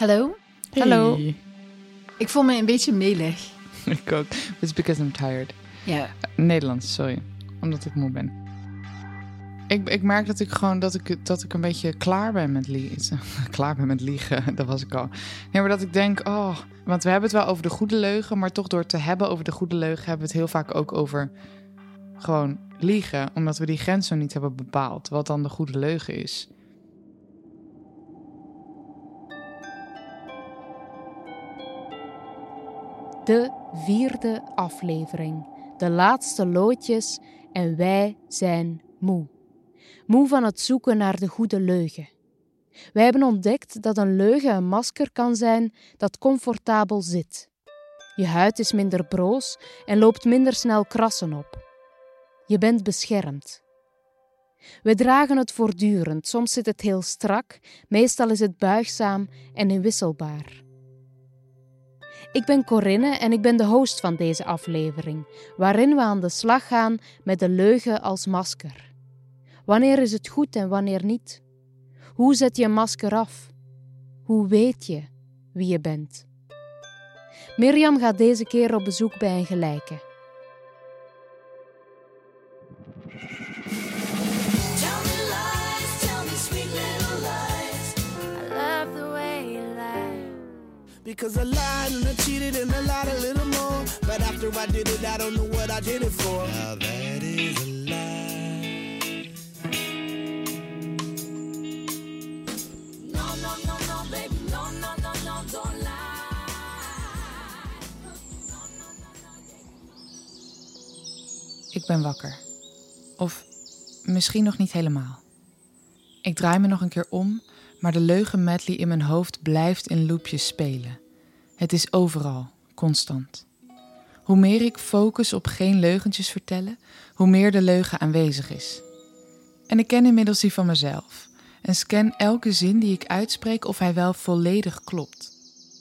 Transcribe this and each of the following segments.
Hallo? Hey. Hallo. Ik voel me een beetje melig. Ik ook. It's because I'm tired. Ja. Nederlands, sorry. Omdat ik moe ben. Ik merk dat ik gewoon dat ik een beetje klaar ben met liegen. Klaar ben met liegen, dat was ik al. Nee, maar dat ik denk, want we hebben het wel over de goede leugen, maar toch door het te hebben over de goede leugen hebben we het heel vaak ook over gewoon liegen, omdat we die grens zo niet hebben bepaald, wat dan de goede leugen is. De 4e aflevering. De laatste loodjes en wij zijn moe. Moe van het zoeken naar de goede leugen. Wij hebben ontdekt dat een leugen een masker kan zijn dat comfortabel zit. Je huid is minder broos en loopt minder snel krassen op. Je bent beschermd. We dragen het voortdurend, soms zit het heel strak, meestal is het buigzaam en inwisselbaar. Ik ben Corinne en ik ben de host van deze aflevering, waarin we aan de slag gaan met de leugen als masker. Wanneer is het goed en wanneer niet? Hoe zet je een masker af? Hoe weet je wie je bent? Mirjam gaat deze keer op bezoek bij een gelijke. Because I lied and I cheated and I lied a little more. But after I did it, I don't know what I did it for. Now that is a lie. No, no, no, no, baby. No, no, no, no, don't lie. No, no, no, no, Ik ben wakker. Of misschien nog niet helemaal. Ik draai me nog een keer om, maar de leugenmedley in mijn hoofd blijft in loopjes spelen. Het is overal, constant. Hoe meer ik focus op geen leugentjes vertellen, hoe meer de leugen aanwezig is. En ik ken inmiddels die van mezelf en scan elke zin die ik uitspreek of hij wel volledig klopt.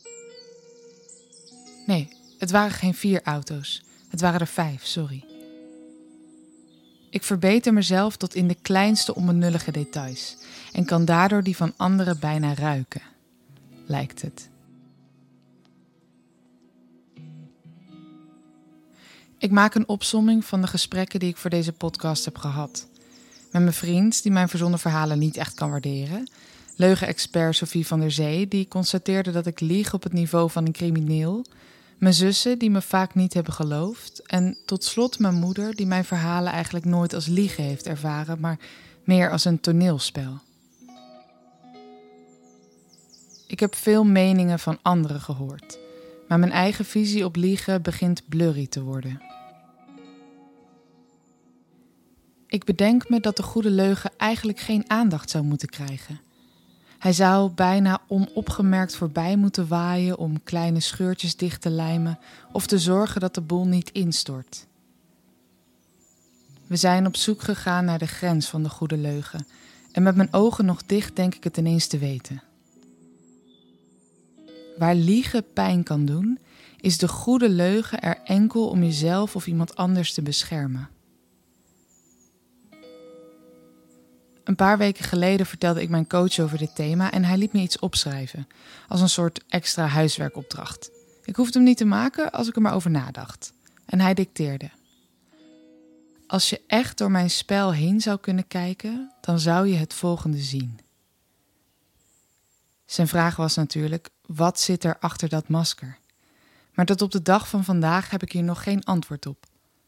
Nee, het waren geen 4 auto's. Het waren er 5, sorry. Ik verbeter mezelf tot in de kleinste onbenullige details en kan daardoor die van anderen bijna ruiken, lijkt het. Ik maak een opsomming van de gesprekken die ik voor deze podcast heb gehad. Met mijn vriend, die mijn verzonnen verhalen niet echt kan waarderen. Leugenexpert Sophie van der Zee, die constateerde dat ik lieg op het niveau van een crimineel. Mijn zussen, die me vaak niet hebben geloofd. En tot slot mijn moeder, die mijn verhalen eigenlijk nooit als liegen heeft ervaren, maar meer als een toneelspel. Ik heb veel meningen van anderen gehoord, maar mijn eigen visie op liegen begint blurry te worden. Ik bedenk me dat de goede leugen eigenlijk geen aandacht zou moeten krijgen. Hij zou bijna onopgemerkt voorbij moeten waaien om kleine scheurtjes dicht te lijmen of te zorgen dat de boel niet instort. We zijn op zoek gegaan naar de grens van de goede leugen en met mijn ogen nog dicht denk ik het ineens te weten. Waar liegen pijn kan doen, is de goede leugen er enkel om jezelf of iemand anders te beschermen. Een paar weken geleden vertelde ik mijn coach over dit thema en hij liet me iets opschrijven, als een soort extra huiswerkopdracht. Ik hoefde hem niet te maken als ik er maar over nadacht. En hij dicteerde: als je echt door mijn spel heen zou kunnen kijken, dan zou je het volgende zien. Zijn vraag was natuurlijk, wat zit er achter dat masker? Maar tot op de dag van vandaag heb ik hier nog geen antwoord op.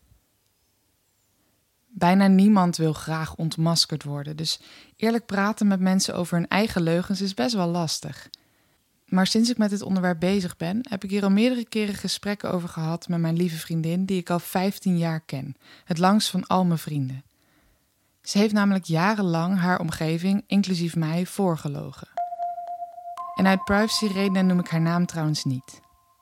Bijna niemand wil graag ontmaskerd worden, dus eerlijk praten met mensen over hun eigen leugens is best wel lastig. Maar sinds ik met dit onderwerp bezig ben, heb ik hier al meerdere keren gesprekken over gehad met mijn lieve vriendin die ik al 15 jaar ken, het langst van al mijn vrienden. Ze heeft namelijk jarenlang haar omgeving, inclusief mij, voorgelogen. En uit privacyredenen noem ik haar naam trouwens niet.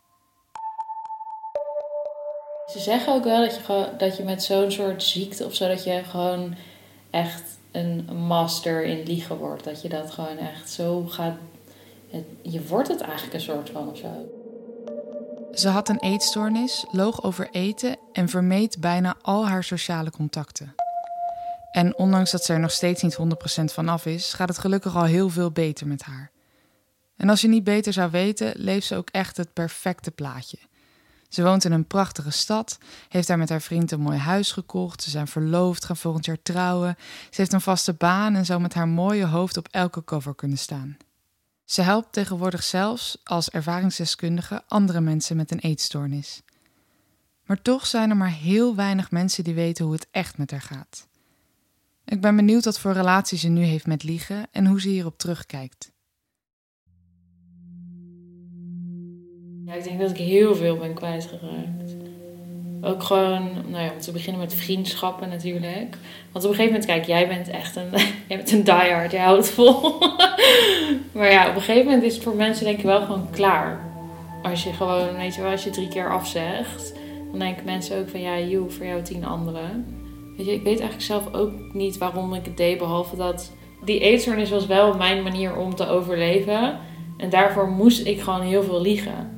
Ze zeggen ook wel dat je met zo'n soort ziekte of zo, dat je gewoon echt een master in liegen wordt. Dat je dat gewoon echt zo gaat. Je wordt het eigenlijk een soort van of zo. Ze had een eetstoornis, loog over eten en vermeed bijna al haar sociale contacten. En ondanks dat ze er nog steeds niet 100% van af is, gaat het gelukkig al heel veel beter met haar. En als je niet beter zou weten, leeft ze ook echt het perfecte plaatje. Ze woont in een prachtige stad, heeft daar met haar vriend een mooi huis gekocht. Ze zijn verloofd, gaan volgend jaar trouwen. Ze heeft een vaste baan en zou met haar mooie hoofd op elke cover kunnen staan. Ze helpt tegenwoordig zelfs als ervaringsdeskundige andere mensen met een eetstoornis. Maar toch zijn er maar heel weinig mensen die weten hoe het echt met haar gaat. Ik ben benieuwd wat voor relatie ze nu heeft met liegen en hoe ze hierop terugkijkt. Ja, ik denk dat ik heel veel ben kwijtgeraakt. Ook gewoon, om te beginnen met vriendschappen natuurlijk. Want op een gegeven moment, kijk, jij bent echt een diehard, jij houdt het vol. Maar ja, op een gegeven moment is het voor mensen denk ik wel gewoon klaar. Als je gewoon, weet je wel, als je 3 keer afzegt, dan denken mensen ook van, ja, joe, voor jou 10 anderen. Weet je, ik weet eigenlijk zelf ook niet waarom ik het deed, behalve dat die eetstoornis was wel mijn manier om te overleven. En daarvoor moest ik gewoon heel veel liegen.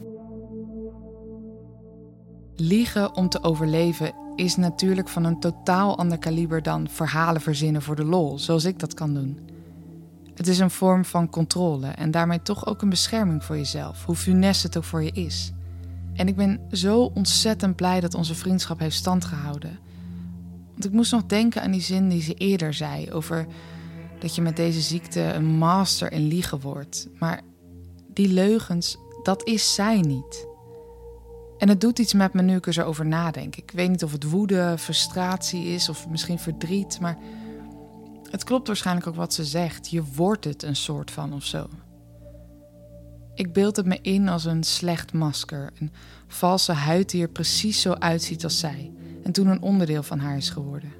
Liegen om te overleven is natuurlijk van een totaal ander kaliber dan verhalen verzinnen voor de lol, zoals ik dat kan doen. Het is een vorm van controle en daarmee toch ook een bescherming voor jezelf, hoe funest het ook voor je is. En ik ben zo ontzettend blij dat onze vriendschap heeft stand gehouden. Want ik moest nog denken aan die zin die ze eerder zei, over dat je met deze ziekte een master in liegen wordt. Maar die leugens, dat is zij niet. En het doet iets met me nu ik er zo over nadenk. Ik weet niet of het woede, frustratie is of misschien verdriet, maar het klopt waarschijnlijk ook wat ze zegt. Je wordt het een soort van of zo. Ik beeld het me in als een slecht masker, een valse huid die er precies zo uitziet als zij en toen een onderdeel van haar is geworden.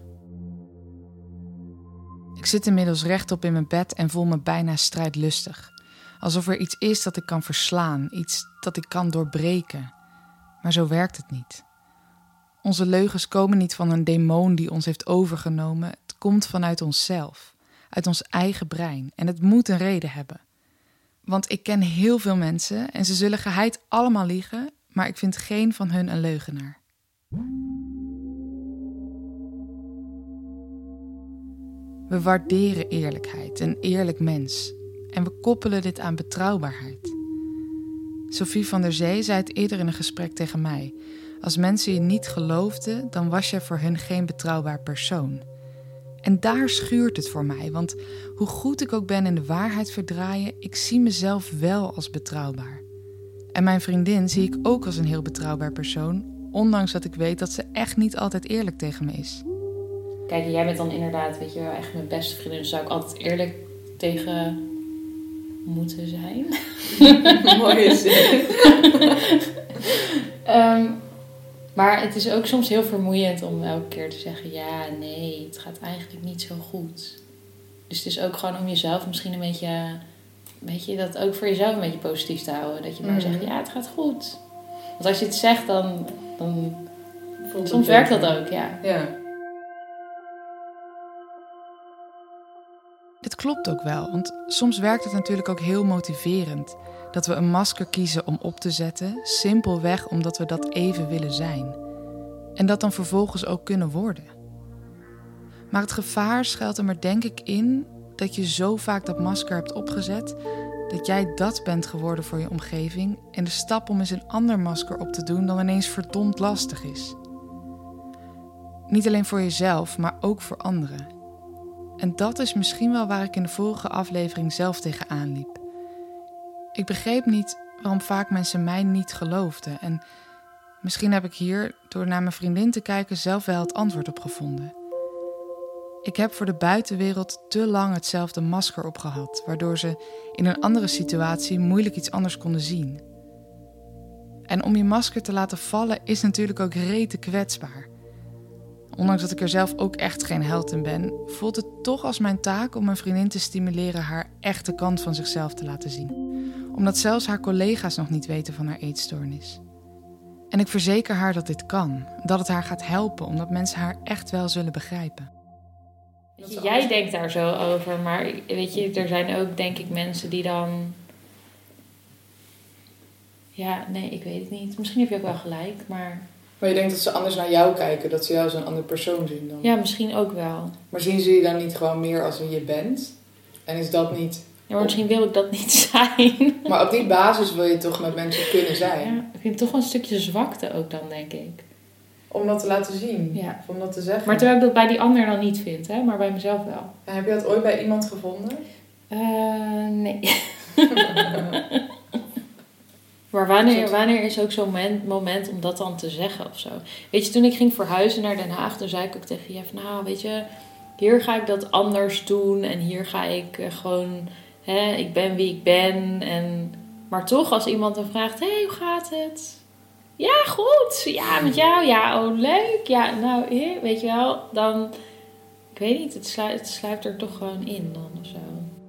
Ik zit inmiddels rechtop in mijn bed en voel me bijna strijdlustig. Alsof er iets is dat ik kan verslaan, iets dat ik kan doorbreken. Maar zo werkt het niet. Onze leugens komen niet van een demon die ons heeft overgenomen. Het komt vanuit onszelf, uit ons eigen brein. En het moet een reden hebben. Want ik ken heel veel mensen en ze zullen geheid allemaal liegen, maar ik vind geen van hun een leugenaar. We waarderen eerlijkheid, een eerlijk mens. En we koppelen dit aan betrouwbaarheid. Sophie van der Zee zei het eerder in een gesprek tegen mij. Als mensen je niet geloofden, dan was je voor hun geen betrouwbaar persoon. En daar schuurt het voor mij, want hoe goed ik ook ben in de waarheid verdraaien, ik zie mezelf wel als betrouwbaar. En mijn vriendin zie ik ook als een heel betrouwbaar persoon, ondanks dat ik weet dat ze echt niet altijd eerlijk tegen me is. Kijk, jij bent dan inderdaad, weet je wel, echt mijn beste vriendin. Dus zou ik altijd eerlijk tegen moeten zijn. Mooie zin. Maar het is ook soms heel vermoeiend om elke keer te zeggen, ja, nee, het gaat eigenlijk niet zo goed. Dus het is ook gewoon om jezelf misschien een beetje, weet je, dat ook voor jezelf een beetje positief te houden. Dat je maar zegt, ja, het gaat goed. Want als je het zegt, dan soms werkt dat ook, ja. Dit klopt ook wel, want soms werkt het natuurlijk ook heel motiverend. Dat we een masker kiezen om op te zetten, simpelweg omdat we dat even willen zijn. En dat dan vervolgens ook kunnen worden. Maar het gevaar schuilt er maar denk ik in dat je zo vaak dat masker hebt opgezet, dat jij dat bent geworden voor je omgeving en de stap om eens een ander masker op te doen dan ineens verdomd lastig is. Niet alleen voor jezelf, maar ook voor anderen. En dat is misschien wel waar ik in de vorige aflevering zelf tegenaan liep. Ik begreep niet waarom vaak mensen mij niet geloofden. En misschien heb ik hier, door naar mijn vriendin te kijken, zelf wel het antwoord op gevonden. Ik heb voor de buitenwereld te lang hetzelfde masker opgehad, waardoor ze in een andere situatie moeilijk iets anders konden zien. En om je masker te laten vallen is natuurlijk ook rete kwetsbaar. Ondanks dat ik er zelf ook echt geen held in ben, voelt het toch als mijn taak om mijn vriendin te stimuleren haar echte kant van zichzelf te laten zien. Omdat zelfs haar collega's nog niet weten van haar eetstoornis. En ik verzeker haar dat dit kan, dat het haar gaat helpen, omdat mensen haar echt wel zullen begrijpen. Jij denkt daar zo over, maar weet je, er zijn ook denk ik mensen die dan... Ja, nee, ik weet het niet. Misschien heb je ook wel gelijk, maar... Maar je denkt dat ze anders naar jou kijken, dat ze jou als een andere persoon zien dan? Ja, misschien ook wel. Maar zien ze je dan niet gewoon meer als wie je bent? En is dat niet maar misschien wil ik dat niet zijn. Maar op die basis wil je toch met mensen kunnen zijn. Ja, ik vind het toch wel een stukje zwakte ook dan, denk ik. Om dat te laten zien. Ja. Of om dat te zeggen. Maar terwijl ik dat bij die ander dan niet vind, hè? Maar bij mezelf wel. En heb je dat ooit bij iemand gevonden? Nee. Maar wanneer is ook zo'n moment om dat dan te zeggen of zo? Weet je, toen ik ging verhuizen naar Den Haag, toen zei ik ook tegen Jeff, nou weet je, hier ga ik dat anders doen en hier ga ik gewoon, ik ben wie ik ben. Maar toch, als iemand dan vraagt, hey, hoe gaat het? Ja, goed. Ja, met jou? Ja, oh, leuk. Ja, nou, weet je wel, dan, ik weet niet, het sluipt er toch gewoon in dan of zo.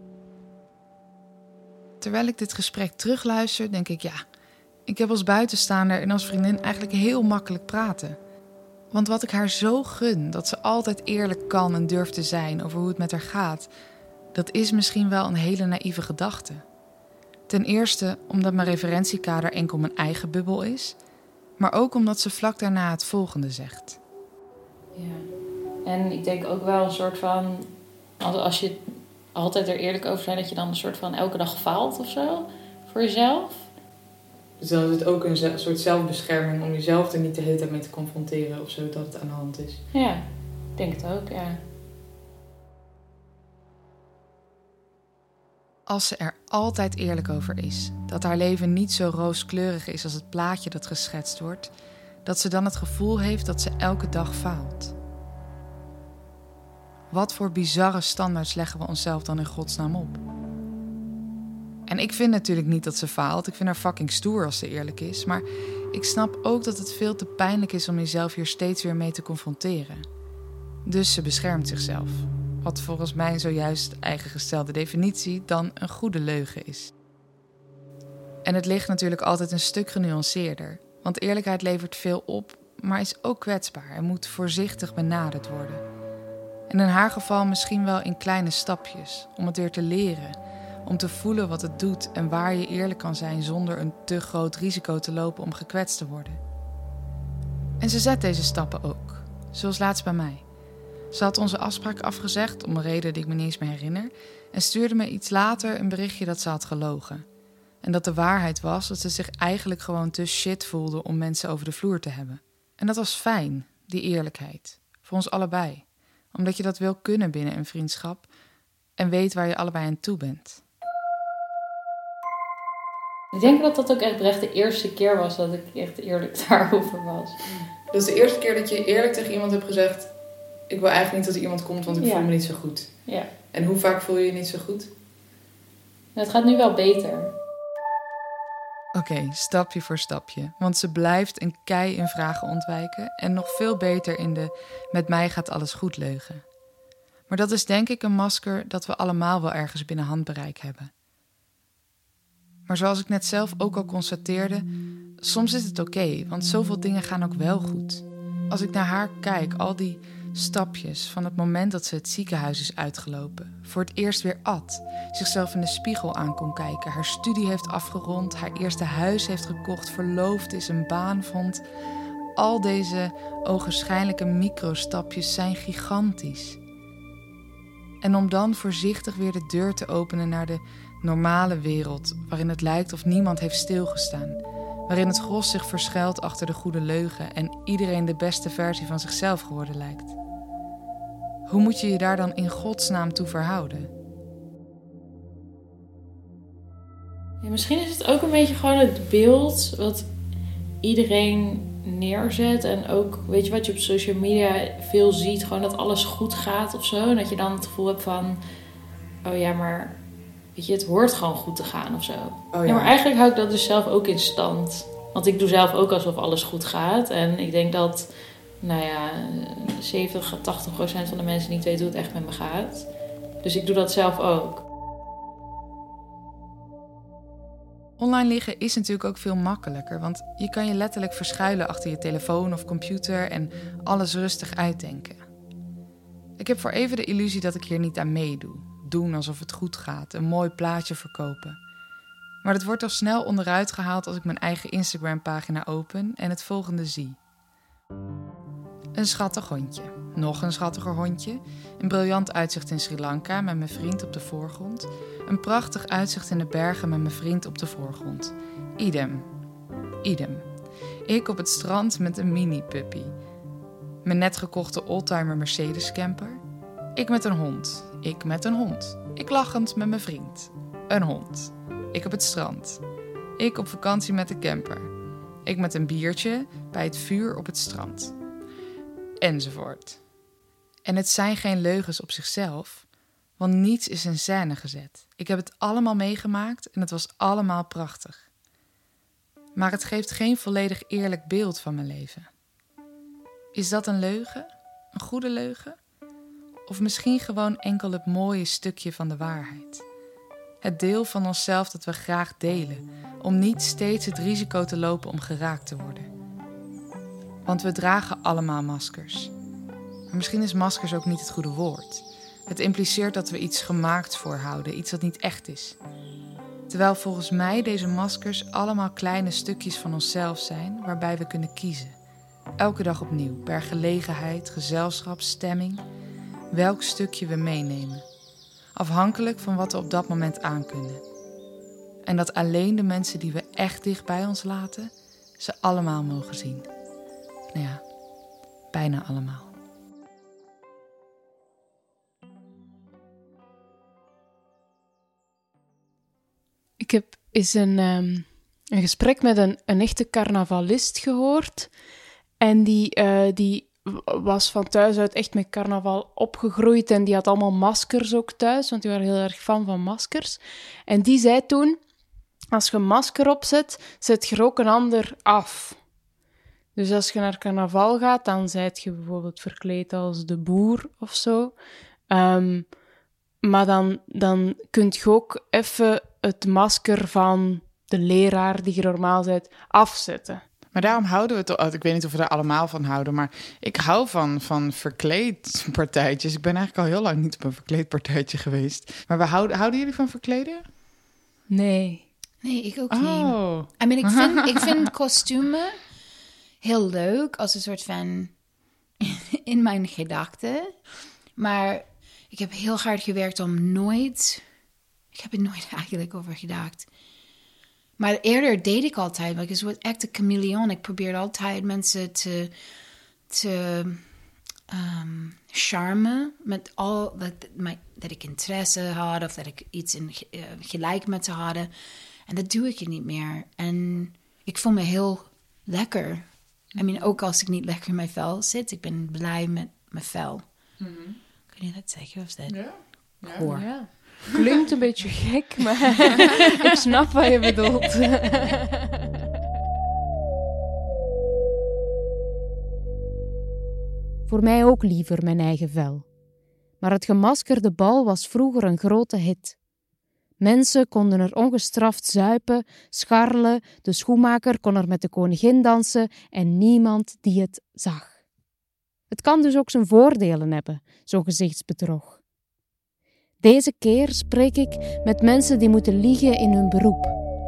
Terwijl ik dit gesprek terugluister, denk ik, ja, ik heb als buitenstaander en als vriendin eigenlijk heel makkelijk praten. Want wat ik haar zo gun, dat ze altijd eerlijk kan en durft te zijn over hoe het met haar gaat, dat is misschien wel een hele naïeve gedachte. Ten eerste omdat mijn referentiekader enkel mijn eigen bubbel is, maar ook omdat ze vlak daarna het volgende zegt. Ja, en ik denk ook wel een soort van, als je altijd er eerlijk over bent, dat je dan een soort van elke dag faalt of zo, voor jezelf. Dus dan is het ook een soort zelfbescherming om jezelf er niet de hele tijd mee te confronteren of zo, dat het aan de hand is. Ja, ik denk het ook, ja. Als ze er altijd eerlijk over is, dat haar leven niet zo rooskleurig is als het plaatje dat geschetst wordt, dat ze dan het gevoel heeft dat ze elke dag faalt. Wat voor bizarre standaards leggen we onszelf dan in godsnaam op? En ik vind natuurlijk niet dat ze faalt. Ik vind haar fucking stoer als ze eerlijk is. Maar ik snap ook dat het veel te pijnlijk is om jezelf hier steeds weer mee te confronteren. Dus ze beschermt zichzelf. Wat volgens mijn zojuist eigen gestelde definitie dan een goede leugen is. En het ligt natuurlijk altijd een stuk genuanceerder. Want eerlijkheid levert veel op, maar is ook kwetsbaar en moet voorzichtig benaderd worden. En in haar geval misschien wel in kleine stapjes, om het weer te leren. Om te voelen wat het doet en waar je eerlijk kan zijn zonder een te groot risico te lopen om gekwetst te worden. En ze zet deze stappen ook, zoals laatst bij mij. Ze had onze afspraak afgezegd om een reden die ik me niet eens meer herinner en stuurde me iets later een berichtje dat ze had gelogen. En dat de waarheid was dat ze zich eigenlijk gewoon te shit voelde om mensen over de vloer te hebben. En dat was fijn, die eerlijkheid, voor ons allebei. Omdat je dat wil kunnen binnen een vriendschap en weet waar je allebei aan toe bent. Ik denk dat dat ook echt de eerste keer was dat ik echt eerlijk daarover was. Dat is de eerste keer dat je eerlijk tegen iemand hebt gezegd, ik wil eigenlijk niet dat er iemand komt, want ik voel me niet zo goed. Ja. En hoe vaak voel je je niet zo goed? Het gaat nu wel beter. Oké, stapje voor stapje. Want ze blijft een kei in vragen ontwijken en nog veel beter in de met mij gaat alles goed leugen. Maar dat is denk ik een masker dat we allemaal wel ergens binnen handbereik hebben. Maar zoals ik net zelf ook al constateerde, soms is het oké, want zoveel dingen gaan ook wel goed. Als ik naar haar kijk, al die stapjes van het moment dat ze het ziekenhuis is uitgelopen, voor het eerst weer at, zichzelf in de spiegel aan kon kijken, haar studie heeft afgerond, haar eerste huis heeft gekocht, verloofd is, een baan vond. Al deze ogenschijnlijke microstapjes zijn gigantisch. En om dan voorzichtig weer de deur te openen naar de normale wereld, waarin het lijkt of niemand heeft stilgestaan, waarin het gros zich verschuilt achter de goede leugen en iedereen de beste versie van zichzelf geworden lijkt. Hoe moet je je daar dan in godsnaam toe verhouden? Ja, misschien is het ook een beetje gewoon het beeld wat iedereen neerzet. En ook, weet je wat je op social media veel ziet, gewoon dat alles goed gaat of zo. En dat je dan het gevoel hebt van, oh ja, maar weet je, het hoort gewoon goed te gaan of zo. Oh ja. Ja, maar eigenlijk hou ik dat dus zelf ook in stand. Want ik doe zelf ook alsof alles goed gaat. En ik denk dat, 70 à 80% van de mensen niet weten hoe het echt met me gaat. Dus ik doe dat zelf ook. Online liggen is natuurlijk ook veel makkelijker, want je kan je letterlijk verschuilen achter je telefoon of computer en alles rustig uitdenken. Ik heb voor even de illusie dat ik hier niet aan meedoe. Doen alsof het goed gaat, een mooi plaatje verkopen. Maar dat wordt al snel onderuit gehaald als ik mijn eigen Instagram-pagina open en het volgende zie. Een schattig hondje, Nog een schattiger hondje. Een briljant uitzicht in Sri Lanka met mijn vriend op de voorgrond. Een prachtig uitzicht in de bergen met mijn vriend op de voorgrond. Idem. Ik op het strand met een mini-puppy. Mijn net gekochte oldtimer Mercedes camper. Ik met een hond. Ik met een hond. Ik lachend met mijn vriend. Een hond. Ik op het strand. Ik op vakantie met de camper. Ik met een biertje bij het vuur op het strand. Enzovoort. En het zijn geen leugens op zichzelf, want niets is in scène gezet. Ik heb het allemaal meegemaakt en het was allemaal prachtig. Maar het geeft geen volledig eerlijk beeld van mijn leven. Is dat een leugen? Een goede leugen? Of misschien gewoon enkel het mooie stukje van de waarheid? Het deel van onszelf dat we graag delen, om niet steeds het risico te lopen om geraakt te worden. Want we dragen allemaal maskers. Maar misschien is maskers ook niet het goede woord. Het impliceert dat we iets gemaakt voorhouden, iets dat niet echt is. Terwijl volgens mij deze maskers allemaal kleine stukjes van onszelf zijn waarbij we kunnen kiezen. Elke dag opnieuw, per gelegenheid, gezelschap, stemming, welk stukje we meenemen. Afhankelijk van wat we op dat moment aankunnen. En dat alleen de mensen die we echt dicht bij ons laten, ze allemaal mogen zien. Nou ja, bijna allemaal. Ik heb eens een gesprek met een echte carnavalist gehoord. En die was van thuis uit echt met carnaval opgegroeid. En die had allemaal maskers ook thuis, want die waren heel erg fan van maskers. En die zei toen, als je een masker opzet, zet je er ook een ander af. Dus als je naar carnaval gaat, dan zijt je bijvoorbeeld verkleed als de boer of zo. Maar dan kun je ook even het masker van de leraar die je normaal bent afzetten. Maar daarom houden we het... Ik weet niet of we daar allemaal van houden, maar ik hou van verkleedpartijtjes. Ik ben eigenlijk al heel lang niet op een verkleedpartijtje geweest. Maar houden jullie van verkleden? Nee. Nee, ik ook Oh. niet. Ik vind kostumen heel leuk als een soort van in mijn gedachten. Maar ik heb heel hard gewerkt om nooit... Ik heb er nooit eigenlijk over gedacht. Maar eerder deed ik altijd, want ik was echt een chameleon. Ik probeerde altijd mensen te charmen met al dat ik interesse had of dat ik iets in gelijk met ze had. En dat doe ik niet meer. En ik voel me heel lekker. Ook als ik niet lekker in mijn vel zit, ik ben blij met mijn vel. Mm-hmm. Kun je dat zeggen? Of is dat goor? Ja. Klinkt een beetje gek, maar ik snap wat je bedoelt. Voor mij ook liever mijn eigen vel. Maar het gemaskerde bal was vroeger een grote hit. Mensen konden er ongestraft zuipen, scharrelen, de schoenmaker kon er met de koningin dansen en niemand die het zag. Het kan dus ook zijn voordelen hebben, zo'n gezichtsbedrog. Deze keer spreek ik met mensen die moeten liegen in hun beroep.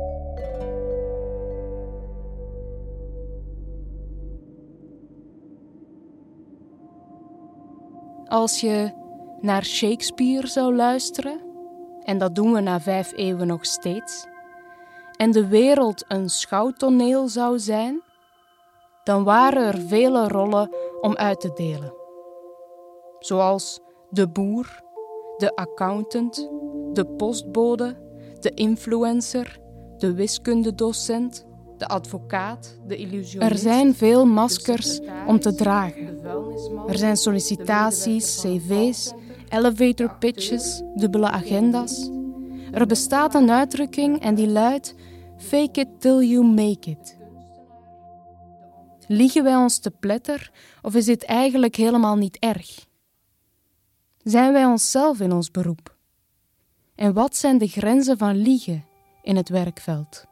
Als je naar Shakespeare zou luisteren, en dat doen we na 5 eeuwen nog steeds, en de wereld een schouwtoneel zou zijn, dan waren er vele rollen om uit te delen. Zoals de boer, de accountant, de postbode, de influencer, de wiskundedocent, de advocaat, de illusionist. Er zijn veel maskers om te dragen. Er zijn sollicitaties, cv's, elevator pitches, dubbele agenda's. Er bestaat een uitdrukking en die luidt: fake it till you make it. Liegen wij ons te pletter of is dit eigenlijk helemaal niet erg? Zijn wij onszelf in ons beroep? En wat zijn de grenzen van liegen in het werkveld?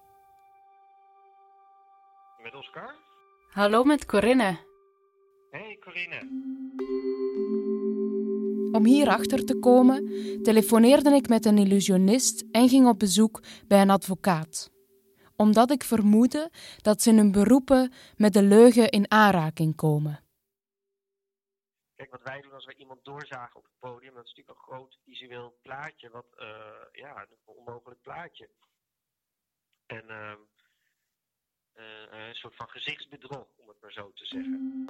Met Oscar? Hallo, met Corinne. Hey Corinne. Om hierachter te komen, telefoneerde ik met een illusionist en ging op bezoek bij een advocaat. Omdat ik vermoedde dat ze in hun beroepen met de leugen in aanraking komen. Kijk, wat wij doen als we iemand doorzagen op het podium, dat is natuurlijk een groot visueel plaatje, een onmogelijk plaatje. En een soort van gezichtsbedrog, om het maar zo te zeggen.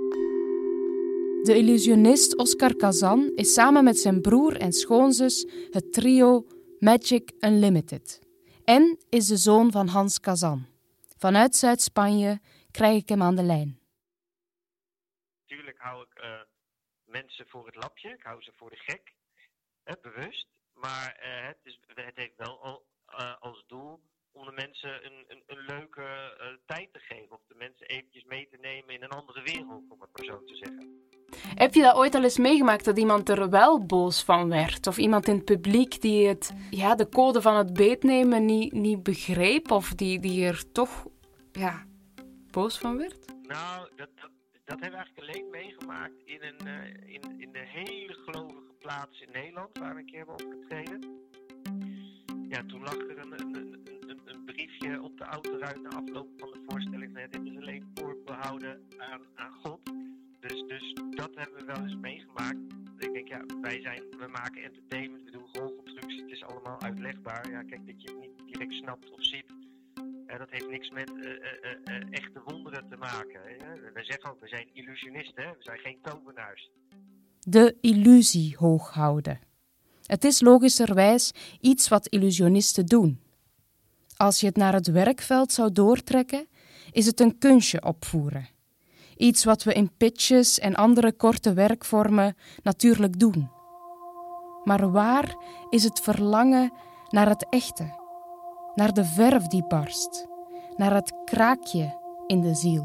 De illusionist Oscar Kazan is samen met zijn broer en schoonzus het trio Magic Unlimited. En is de zoon van Hans Kazan. Vanuit Zuid-Spanje krijg ik hem aan de lijn. Natuurlijk hou ik mensen voor het lapje, ik hou ze voor de gek, bewust. Maar het heeft wel als doel om de mensen een leuke tijd te geven. Of de mensen eventjes mee te nemen in een andere wereld, om het maar zo te zeggen. Heb je dat ooit al eens meegemaakt, dat iemand er wel boos van werd? Of iemand in het publiek die de code van het beetnemen niet begreep? Of die er toch boos van werd? Nou, dat hebben we eigenlijk alleen meegemaakt in de hele gelovige plaats in Nederland, waar we een keer hebben opgetreden. Ja, toen lag er een briefje op de autoruit na afloop van de voorstelling. Dit is alleen voorbehouden aan God. Dus dat hebben we wel eens meegemaakt. Ik denk, we maken entertainment, we doen roltrucs, het is allemaal uitlegbaar. Ja, kijk, dat je het niet direct snapt of ziet, dat heeft niks met echte wonderen te maken. We zeggen ook, we zijn illusionisten, we zijn geen tovenaars. De illusie hoog houden. Het is logischerwijs iets wat illusionisten doen. Als je het naar het werkveld zou doortrekken, is het een kunstje opvoeren. Iets wat we in pitches en andere korte werkvormen natuurlijk doen. Maar waar is het verlangen naar het echte? Naar de verf die barst? Naar het kraakje in de ziel?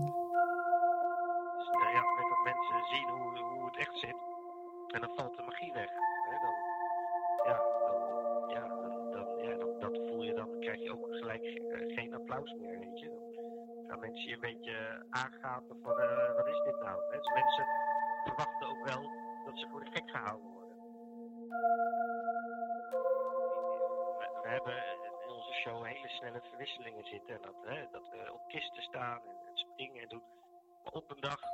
Met dat mensen zien hoe het echt zit. En dan valt de magie weg. Dat voel je dan. Dan krijg je ook gelijk geen applaus meer, weet je. Dan gaan mensen je een beetje aangapen van, wat is dit nou? Dus mensen verwachten ook wel dat ze voor de gek gehouden worden. We hebben in onze show hele snelle verwisselingen zitten. En dat we op kisten staan en springen en doen. Maar op een dag,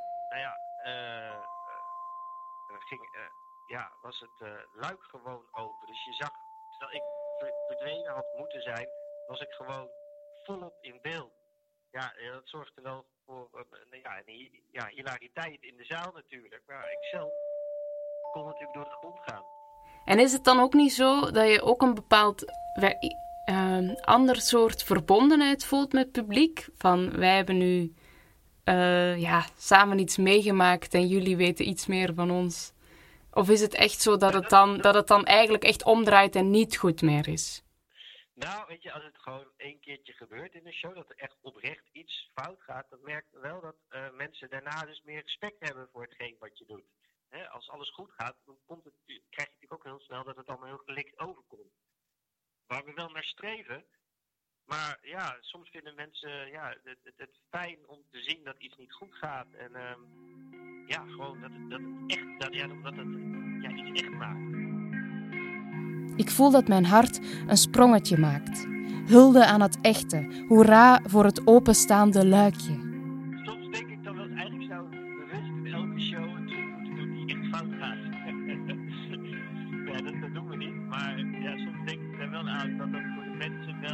was het luik gewoon open. Dus je zag, terwijl ik verdwenen had moeten zijn, was ik gewoon volop in beeld. Ja, dat zorgde wel voor hilariteit in de zaal natuurlijk. Maar ik zelf kon natuurlijk door de grond gaan. En is het dan ook niet zo dat je ook een bepaald ander soort verbondenheid voelt met het publiek? Van, wij hebben nu samen iets meegemaakt en jullie weten iets meer van ons. Of is het echt zo dat het dan eigenlijk echt omdraait en niet goed meer is? Nou, weet je, als het gewoon 1 keertje gebeurt in de show, dat er echt oprecht iets fout gaat, dan merk je wel dat mensen daarna dus meer respect hebben voor hetgeen wat je doet. Als alles goed gaat, dan krijg je natuurlijk ook heel snel dat het allemaal heel gelikt overkomt. Waar we wel naar streven, maar ja, soms vinden mensen het fijn om te zien dat iets niet goed gaat. En gewoon dat het iets echt maakt. Ik voel dat mijn hart een sprongetje maakt. Hulde aan het echte, hoera voor het openstaande luikje. Soms denk ik dan wel eens, eigenlijk zou ik bewust in elke show een truc moeten doen die echt fout gaat. Dat doen we niet, maar soms denk ik er wel aan dat dat voor de mensen wel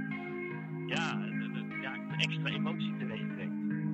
een extra emotie teweeg brengt.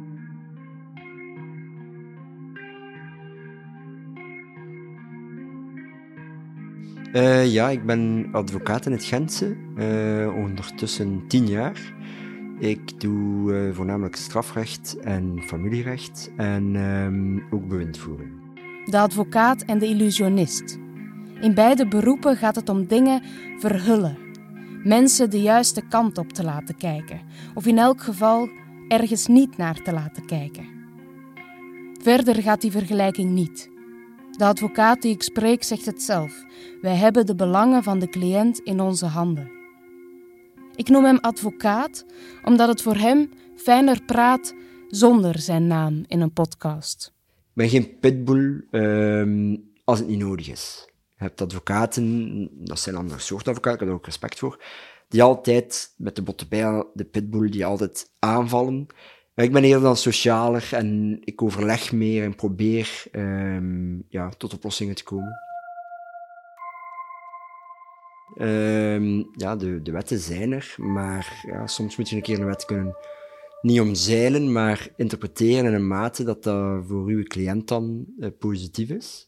Ik ben advocaat in het Gentse, ondertussen 10 jaar. Ik doe voornamelijk strafrecht en familierecht en ook bewindvoering. De advocaat en de illusionist. In beide beroepen gaat het om dingen verhullen. Mensen de juiste kant op te laten kijken. Of in elk geval ergens niet naar te laten kijken. Verder gaat die vergelijking niet. De advocaat die ik spreek zegt het zelf. Wij hebben de belangen van de cliënt in onze handen. Ik noem hem advocaat, omdat het voor hem fijner praat zonder zijn naam in een podcast. Ik ben geen pitbull als het niet nodig is. Je hebt advocaten, dat zijn andere soorten advocaten, ik heb er ook respect voor, die altijd met de botte bij de pitbull, die altijd aanvallen. Maar ik ben eerder dan socialer en ik overleg meer en probeer tot oplossingen te komen. De wetten zijn er, maar ja, soms moet je een keer een wet kunnen niet omzeilen, maar interpreteren in een mate dat dat voor uw cliënt dan positief is.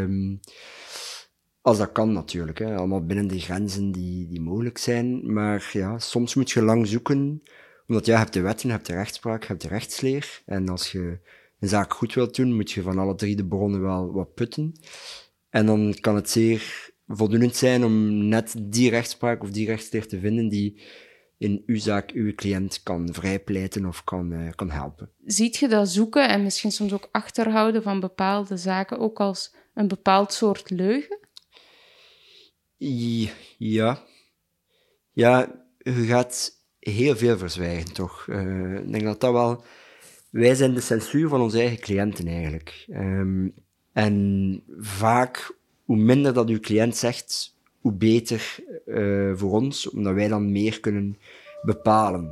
Als dat kan natuurlijk, hè. Allemaal binnen de grenzen die mogelijk zijn, maar ja, soms moet je lang zoeken, omdat je hebt de wetten, je hebt de rechtspraak, je hebt de rechtsleer, en als je een zaak goed wilt doen, moet je van alle 3 de bronnen wel wat putten. En dan kan het zeer voldoende zijn om net die rechtspraak of die rechtsleer te vinden die in uw zaak uw cliënt kan vrijpleiten of kan helpen. Ziet je dat zoeken en misschien soms ook achterhouden van bepaalde zaken ook als een bepaald soort leugen? Ja. Ja, je gaat heel veel verzwijgen, toch? Ik denk dat wel... Wij zijn de censuur van onze eigen cliënten, eigenlijk. En vaak, hoe minder dat uw cliënt zegt, hoe beter voor ons, omdat wij dan meer kunnen bepalen.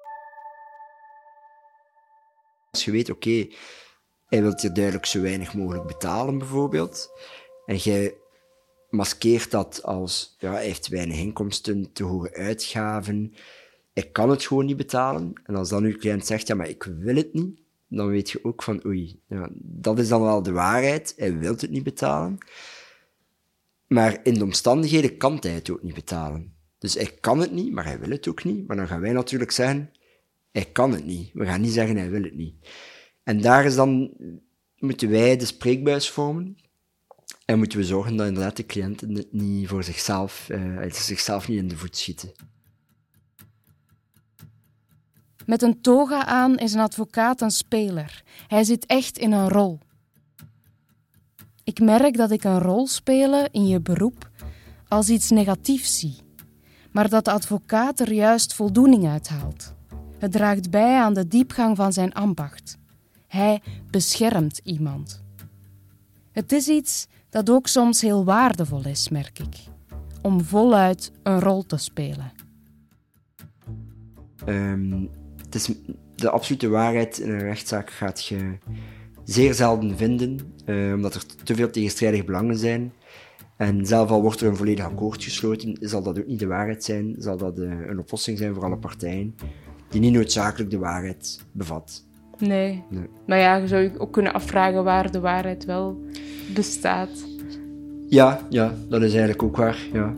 Als je weet, oké, hij wil hier duidelijk zo weinig mogelijk betalen, bijvoorbeeld, en jij maskeert dat als, ja, hij heeft weinig inkomsten, te hoge uitgaven, hij kan het gewoon niet betalen. En als dan uw cliënt zegt, ja, maar ik wil het niet, dan weet je ook van, oei, ja, dat is dan wel de waarheid, hij wil het niet betalen. Maar in de omstandigheden kan hij het ook niet betalen. Dus hij kan het niet, maar hij wil het ook niet. Maar dan gaan wij natuurlijk zeggen, hij kan het niet. We gaan niet zeggen, hij wil het niet. En daar is dan, moeten wij de spreekbuis vormen. En moeten we zorgen dat inderdaad de cliënten het niet voor zichzelf niet in de voet schieten. Met een toga aan is een advocaat een speler. Hij zit echt in een rol. Ik merk dat ik een rol spelen in je beroep als iets negatiefs zie, maar dat de advocaat er juist voldoening uit haalt. Het draagt bij aan de diepgang van zijn ambacht. Hij beschermt iemand. Het is iets dat ook soms heel waardevol is, merk ik, om voluit een rol te spelen. Het is de absolute waarheid in een rechtszaak gaat je zeer zelden vinden, omdat er te veel tegenstrijdige belangen zijn. En zelf al wordt er een volledig akkoord gesloten, zal dat ook niet de waarheid zijn, zal dat een oplossing zijn voor alle partijen, die niet noodzakelijk de waarheid bevat. Nee. Maar ja, je zou je ook kunnen afvragen waar de waarheid wel bestaat. Ja, dat is eigenlijk ook waar, ja.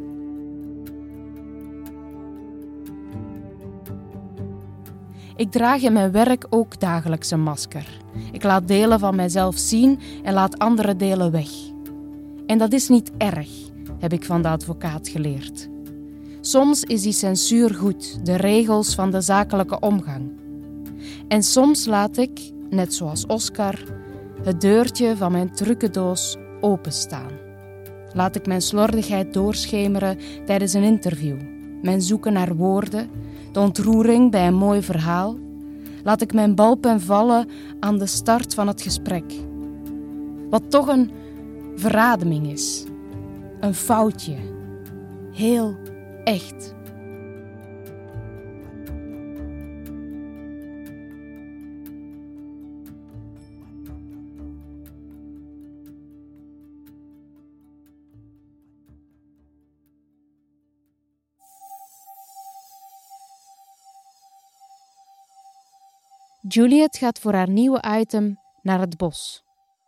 Ik draag in mijn werk ook dagelijks een masker. Ik laat delen van mijzelf zien en laat andere delen weg. En dat is niet erg, heb ik van de advocaat geleerd. Soms is die censuur goed, de regels van de zakelijke omgang. En soms laat ik, net zoals Oscar, het deurtje van mijn trucendoos openstaan. Laat ik mijn slordigheid doorschemeren tijdens een interview, mijn zoeken naar woorden, de ontroering bij een mooi verhaal. Laat ik mijn balpen vallen aan de start van het gesprek. Wat toch een verademing is. Een foutje. Heel echt. Juliet gaat voor haar nieuwe item naar het bos.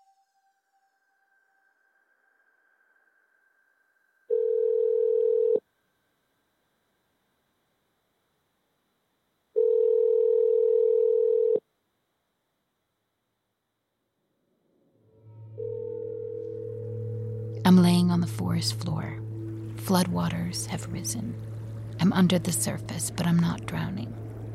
I'm laying on the forest floor. Floodwaters have risen. I'm under the surface, but I'm not drowning.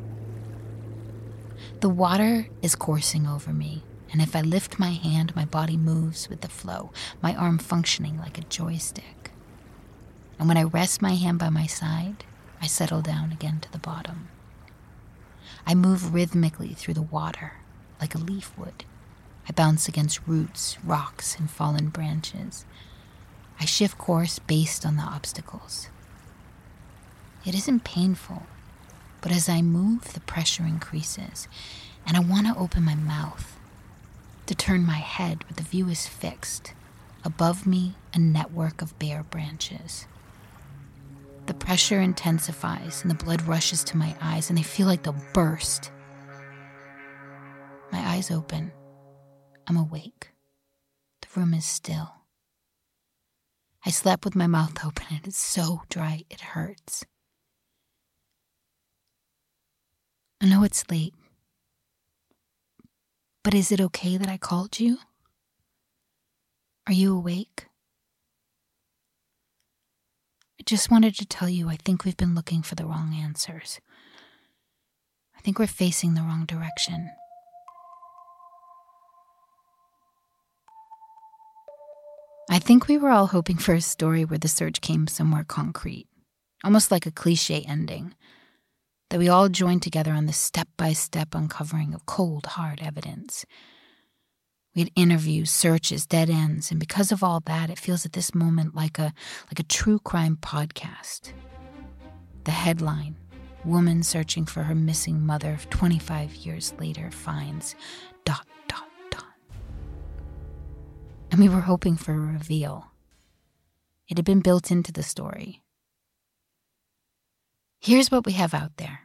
The water is coursing over me, and if I lift my hand, my body moves with the flow, my arm functioning like a joystick. And when I rest my hand by my side, I settle down again to the bottom. I move rhythmically through the water, like a leaf would. I bounce against roots, rocks, and fallen branches. I shift course based on the obstacles. It isn't painful. But as I move, the pressure increases, and I want to open my mouth, to turn my head, but the view is fixed. Above me, a network of bare branches. The pressure intensifies, and the blood rushes to my eyes, and they feel like they'll burst. My eyes open. I'm awake. The room is still. I slept with my mouth open, and it's so dry it hurts. I know it's late, but is it okay that I called you? Are you awake? I just wanted to tell you I think we've been looking for the wrong answers. I think we're facing the wrong direction. I think we were all hoping for a story where the search came somewhere concrete, almost like a cliché ending, that we all joined together on the step-by-step uncovering of cold, hard evidence. We had interviews, searches, dead ends, and because of all that, it feels at this moment like a true crime podcast. The headline, woman searching for her missing mother 25 years later finds ... And we were hoping for a reveal. It had been built into the story. Here's what we have out there.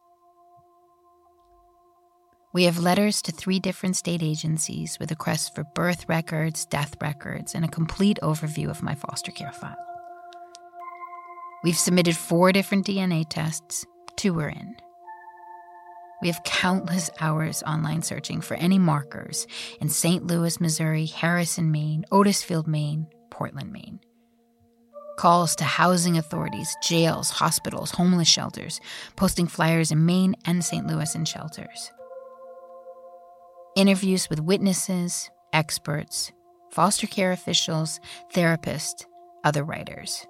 We have letters to 3 different state agencies with requests for birth records, death records, and a complete overview of my foster care file. We've submitted 4 different DNA tests. 2 are in. We have countless hours online searching for any markers in St. Louis, Missouri, Harrison, Maine, Otisfield, Maine, Portland, Maine. Calls to housing authorities, jails, hospitals, homeless shelters, posting flyers in Maine and St. Louis in shelters. Interviews with witnesses, experts, foster care officials, therapists, other writers.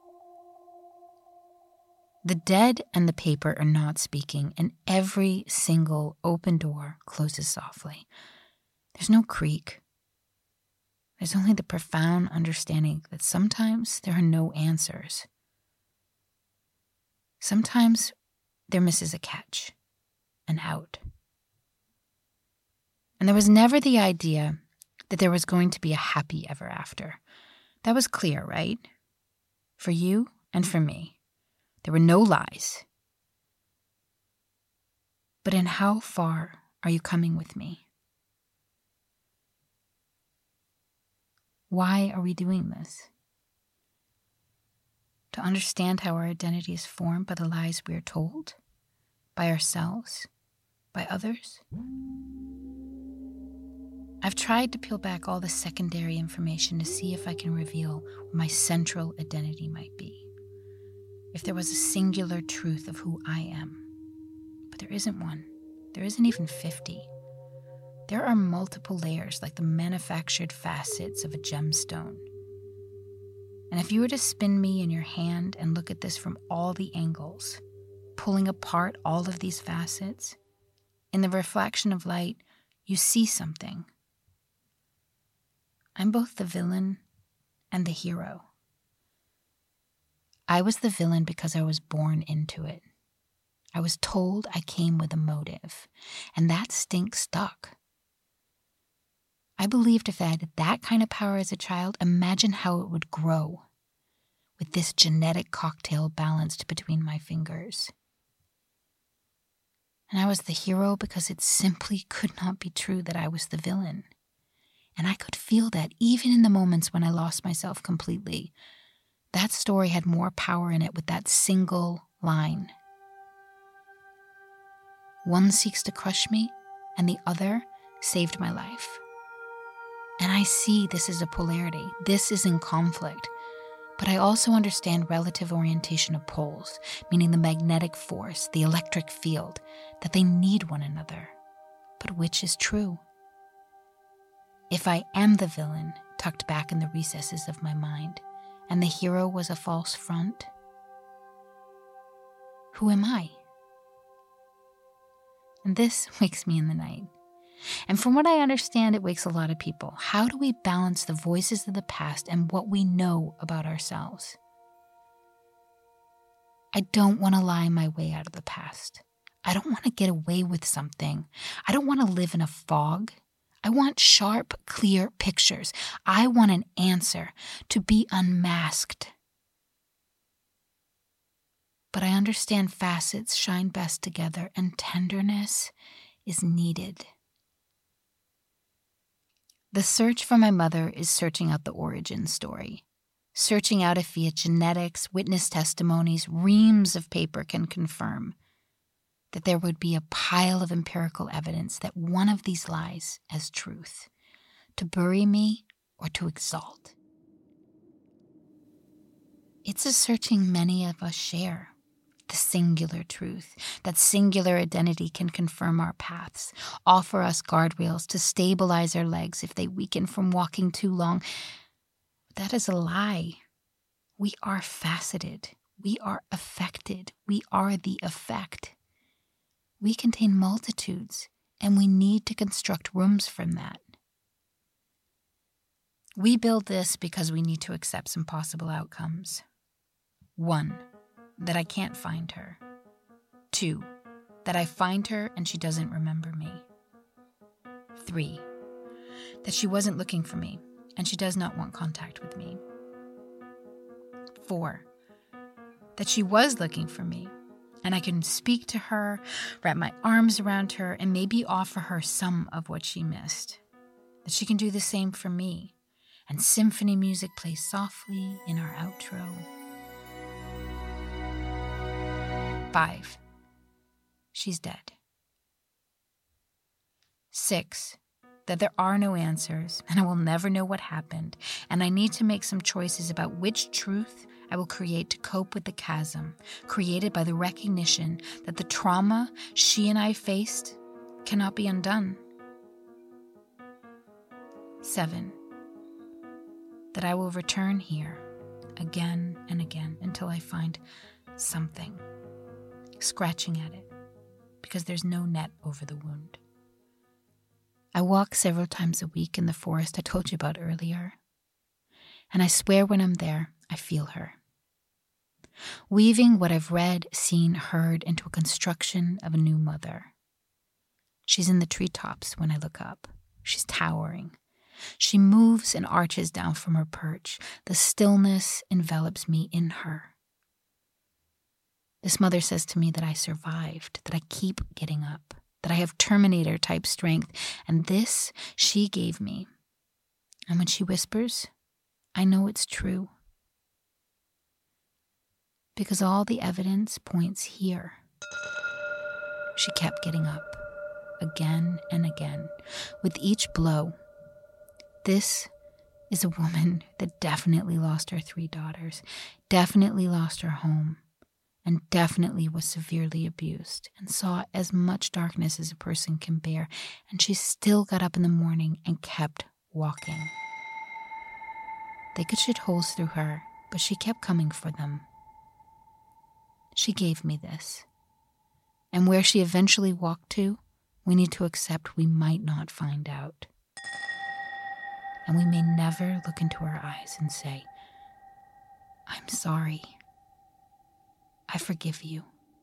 The dead and the paper are not speaking, and every single open door closes softly. There's no creak. There's only the profound understanding that sometimes there are no answers. Sometimes there misses a catch, an out. And there was never the idea that there was going to be a happy ever after. That was clear, right? For you and for me. There were no lies. But in how far are you coming with me? Why are we doing this? To understand how our identity is formed by the lies we are told? By ourselves? By others? I've tried to peel back all the secondary information to see if I can reveal what my central identity might be. If there was a singular truth of who I am. But there isn't one. There isn't even 50. There are multiple layers like the manufactured facets of a gemstone. And if you were to spin me in your hand and look at this from all the angles, pulling apart all of these facets, in the reflection of light, you see something. I'm both the villain and the hero. I was the villain because I was born into it. I was told I came with a motive, and that stink stuck. I believed if I had that kind of power as a child, imagine how it would grow, with this genetic cocktail balanced between my fingers. And I was the hero because it simply could not be true that I was the villain. And I could feel that even in the moments when I lost myself completely. That story had more power in it with that single line. One seeks to crush me, and the other saved my life. And I see this is a polarity. This is in conflict. But I also understand relative orientation of poles, meaning the magnetic force, the electric field, that they need one another. But which is true? If I am the villain, tucked back in the recesses of my mind, and the hero was a false front, who am I? And this wakes me in the night. And from what I understand, it wakes a lot of people. How do we balance the voices of the past and what we know about ourselves? I don't want to lie my way out of the past. I don't want to get away with something. I don't want to live in a fog. I want sharp, clear pictures. I want an answer, to be unmasked. But I understand facets shine best together, and tenderness is needed. The search for my mother is searching out the origin story. Searching out if via genetics, witness testimonies, reams of paper can confirm that there would be a pile of empirical evidence that one of these lies as truth, to bury me or to exalt. It's a searching many of us share. The singular truth, that singular identity can confirm our paths, offer us guardrails to stabilize our legs if they weaken from walking too long. That is a lie. We are faceted. We are affected. We are the effect. We contain multitudes, and we need to construct rooms from that. We build this because we need to accept some possible outcomes. 1, that I can't find her. 2, that I find her and she doesn't remember me. 3, that she wasn't looking for me and she does not want contact with me. 4, that she was looking for me and I can speak to her, wrap my arms around her, and maybe offer her some of what she missed. That she can do the same for me, and symphony music plays softly in our outro. 5, she's dead. 6, that there are no answers, and I will never know what happened, and I need to make some choices about which truth I will create to cope with the chasm created by the recognition that the trauma she and I faced cannot be undone. 7, that I will return here again and again until I find something, scratching at it, because there's no net over the wound. I walk several times a week in the forest I told you about earlier, and I swear when I'm there, I feel her. Weaving what I've read, seen, heard into a construction of a new mother. She's in the treetops when I look up. She's towering. She moves and arches down from her perch. The stillness envelops me in her. This mother says to me that I survived, that I keep getting up, that I have Terminator-type strength, and this she gave me. And when she whispers, I know it's true. Because all the evidence points here. She kept getting up, again and again, with each blow. This is a woman that definitely lost her 3 daughters, definitely lost her home, and definitely was severely abused, and saw as much darkness as a person can bear, and she still got up in the morning and kept walking. They could shoot holes through her, but she kept coming for them. She gave me this. And where she eventually walked to, we need to accept we might not find out. And we may never look into her eyes and say, I'm sorry. I forgive you.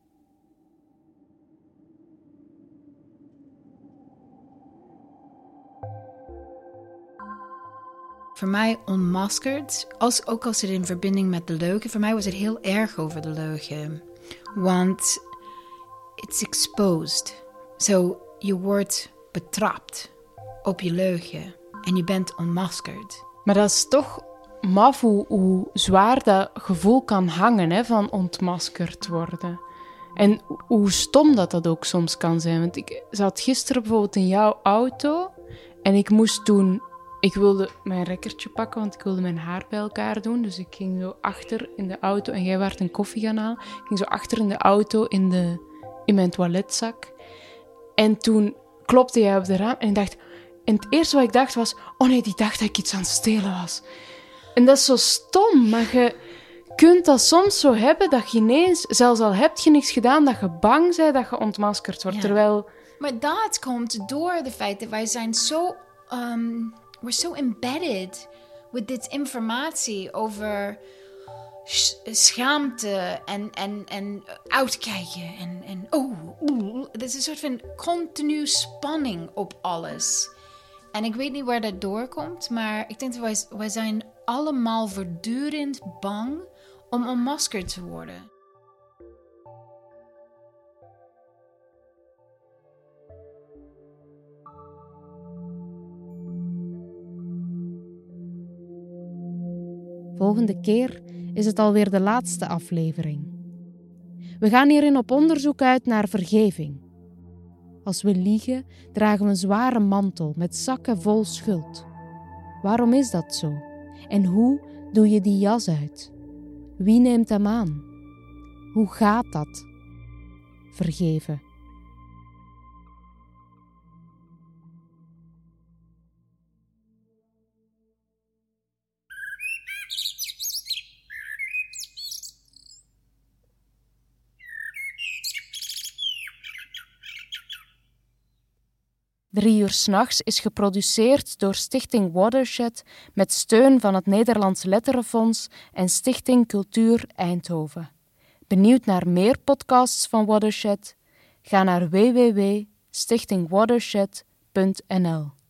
Voor mij onmaskerd, ook als het in verbinding met de leugen. Voor mij was het heel erg over de leugen. Want it's exposed. Zo, je wordt betrapt op je leugen. En je bent onmaskerd. Maar dat is toch maf hoe zwaar dat gevoel kan hangen, hè, van ontmaskerd worden. En hoe stom dat ook soms kan zijn. Want ik zat gisteren bijvoorbeeld in jouw auto en ik moest toen... Ik wilde mijn rekkertje pakken, want ik wilde mijn haar bij elkaar doen. Dus ik ging zo achter in de auto en jij werd een koffie gaan halen. Ik ging zo achter in de auto in mijn toiletzak. En toen klopte jij op de raam en ik dacht... En het eerste wat ik dacht was... Oh nee, die dacht dat ik iets aan het stelen was. En dat is zo stom, maar je kunt dat soms zo hebben dat je ineens... Zelfs al heb je niks gedaan, dat je bang bent dat je ontmaskerd wordt. Ja. Terwijl... Maar dat komt door het feit dat wij zijn zo... we're so embedded with this informatie over schaamte en uitkijken. Het is een soort van continu spanning op alles. En ik weet niet waar dat doorkomt, maar ik denk dat wij zijn allemaal voortdurend bang om ontmaskerd te worden. Volgende keer is het alweer de laatste aflevering. We gaan hierin op onderzoek uit naar vergeving. Als we liegen, dragen we een zware mantel met zakken vol schuld. Waarom is dat zo? En hoe doe je die jas uit? Wie neemt hem aan? Hoe gaat dat? Vergeven. Drie uur 's Nachts is geproduceerd door Stichting Watershed met steun van het Nederlands Letterenfonds en Stichting Cultuur Eindhoven. Benieuwd naar meer podcasts van Watershed? Ga naar www.stichtingwatershed.nl.